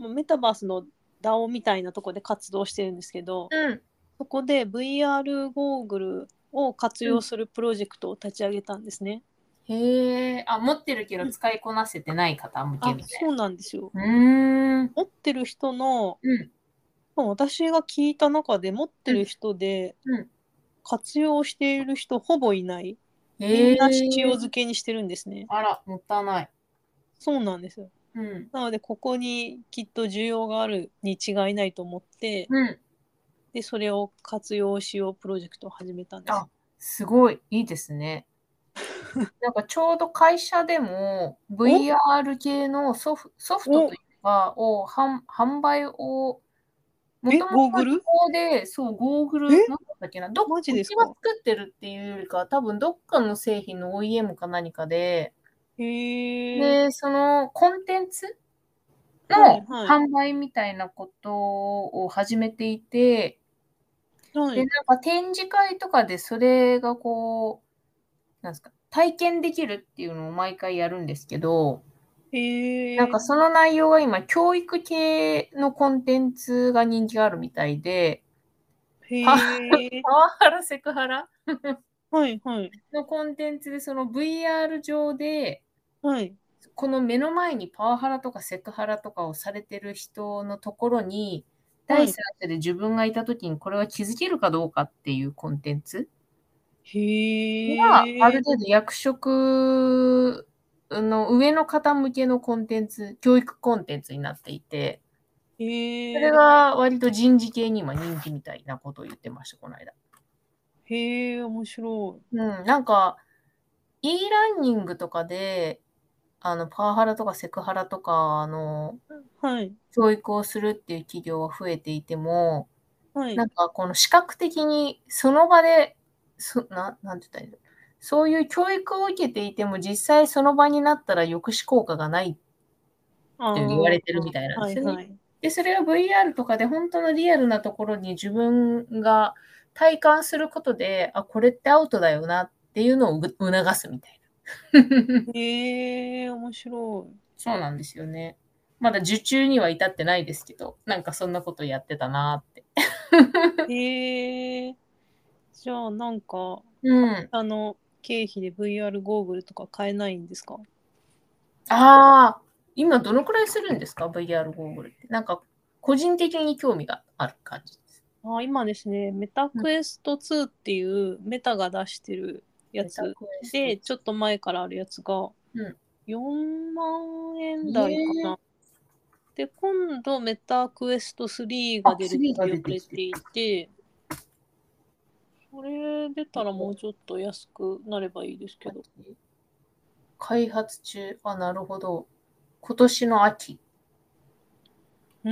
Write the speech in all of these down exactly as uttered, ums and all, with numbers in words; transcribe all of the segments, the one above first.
メタバースの ダオ みたいなとこで活動してるんですけど、 うん、 そこで ブイアール ゴーグルを活うん。 用するプロジェクトを立ち上げたんですね。 へえ、あ、持ってるけどうん、 使いこなせてない方向けあ、 みたいそうなんですよ。 な。うーん。 持ってる人の、 うん、 まあ私が聞いた中で持ってうん、 る人でうん。 活用している人ほぼいない。みんへな塩え、 漬けにしてるんですね。 あら、もったいない。 そうなんですよ。 うん、 なので、ここにきっと需要があるに違いないと思って、 うん。 で、それを活用しようプロジェクトを始めたんです。 あ、すごい、いいですね。なんかちょうど会社でもおブイアール 系のソフソフトとおいうかを、はん販売を、もえ、 ともとは旅ゴーグル行で、そう、ゴーグえ、 ル、なんだったっけな、どマジうちがですか？ 作ってるっていうよりかは、多分どっかの製品の オーイーエム か何かで、 へえ、 で、そのコンテンツのはいはい。 販売みたいなことを始めていて、で、 はい。 なんか展示会とかでそれがこう、なんすか、体験できるっていうのを毎回やるんですけど、なんへえ、 かその内容が今、教育系のコンテンツが人気があるみたいで、パへえ、 パワハラ、セクハラはいはい。 のコンテンツで、その ブイアール 上で、 はい。 この目の前にパワハラとかセクハラとかをされてる人のところに、第はい。 三者で自分がいた時にこれは気づけるかどうかっていうコンテンツが、あへえ、 る程度役職の上の方向けのコンテンツ、教育コンテンツになっていて、それへえ、 が割と人事系に今人気みたいなことを言ってました、この間。 へえ、面白い。 うん、なんか、e ランニングとかで、あの、パワハラとかセクハラとか、あの、 はい、 教育をするっていう企業は増えていても、 はい。 なんかこの視覚的にその場で、そななんて言ったらいいんだろう。そういう教育を受けていても、実際その場になったら抑止効果がないって言わああ、 れてるみたいなんですよね。 はいはい。 で、それは ブイアール とかでほんとのリアルなところに自分が体感することで、あ、これってアウトだよなっていうのをぐ促すみたいな。 へえ、面白い。 そうなんですよね。まだ受注には至ってないですけど、なんかそんなことやってたなって。 へえ。じゃあ、なんか、 う会ん。 社の経費で ブイアール ゴーグルとか買えないんですか？ ああ、今どのくらいするんですか？ブイアール ゴーグルって。なんか個人的に興味がある感じです。 あ、今ですね、メタうん。 クエストツーっていうメタが出してるやつメタクエストで、ちょツっと前からあるやつがー。うん。 よんまん円ええ。 台かな。で、今度メタクエストスリーがあ、 出るってスリーが言わ出てきてる。 れていて、それ出たらもうちょっと安くなればいいですけど。 開発中。あ、なるほど。今年の秋。 うん、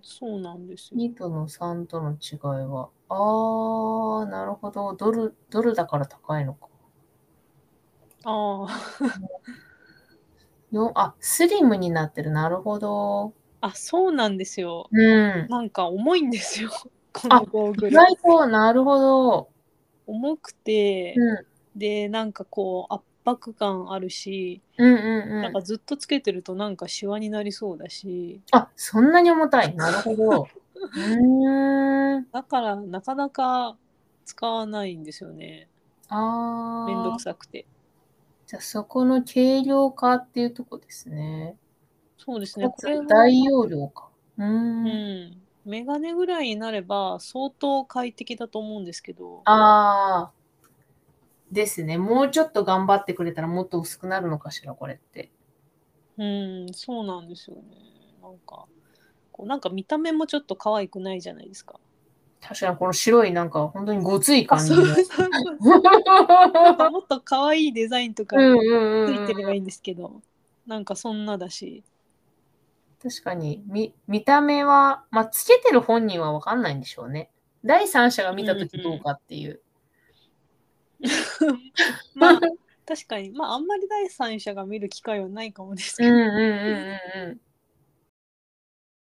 そうなんですよ。 にとのさんとの違いは、ああ、なるほど。ドルドルだから高いのか。 ああ。 よあ、スリムになってる、なるほど。 あ、そうなんですよ。 うん。 なんか重いんですよ、このあ、意ゴーグル。 外と、なるほど。 重くて、 うん。 で、なんかこう圧迫感あるし、 うんうんうん。 なんかずっとつけてるとなんかシワになりそうだし、 あ、そんなに重たい。なるほど。うーん。 だからなかなか使わないんですよね。めんどくああ、 さくて。 じゃ、そこの軽量化っていうとこですね。 そうですね、 かつこれが、 大容量か。うーうん。 ん、メガネぐらいになれば相当快適だと思うんですけど、 ああ、ですね。もうちょっと頑張ってくれたらもっと薄くなるのかしら、これって。 うん、そうなんですよね。なんか、こうなんか見た目もちょっと可愛くないじゃないですか。 確かにこの白いなんかほんとにごついあ、そう感じの。 そうそうそう。なんかもっと可愛いデザインとかうんうんうんうん。 ついてればいいんですけど、なんかそんなだし。 確かに、み見た目は、ま、つけてる本人は分かんないんでしょうね。第三者が見たうん時どううん。 かっていう。 まあ、確かに、まあ、あんまり第三者が見る機会はないかもですけど。 うんうんうんうんうん。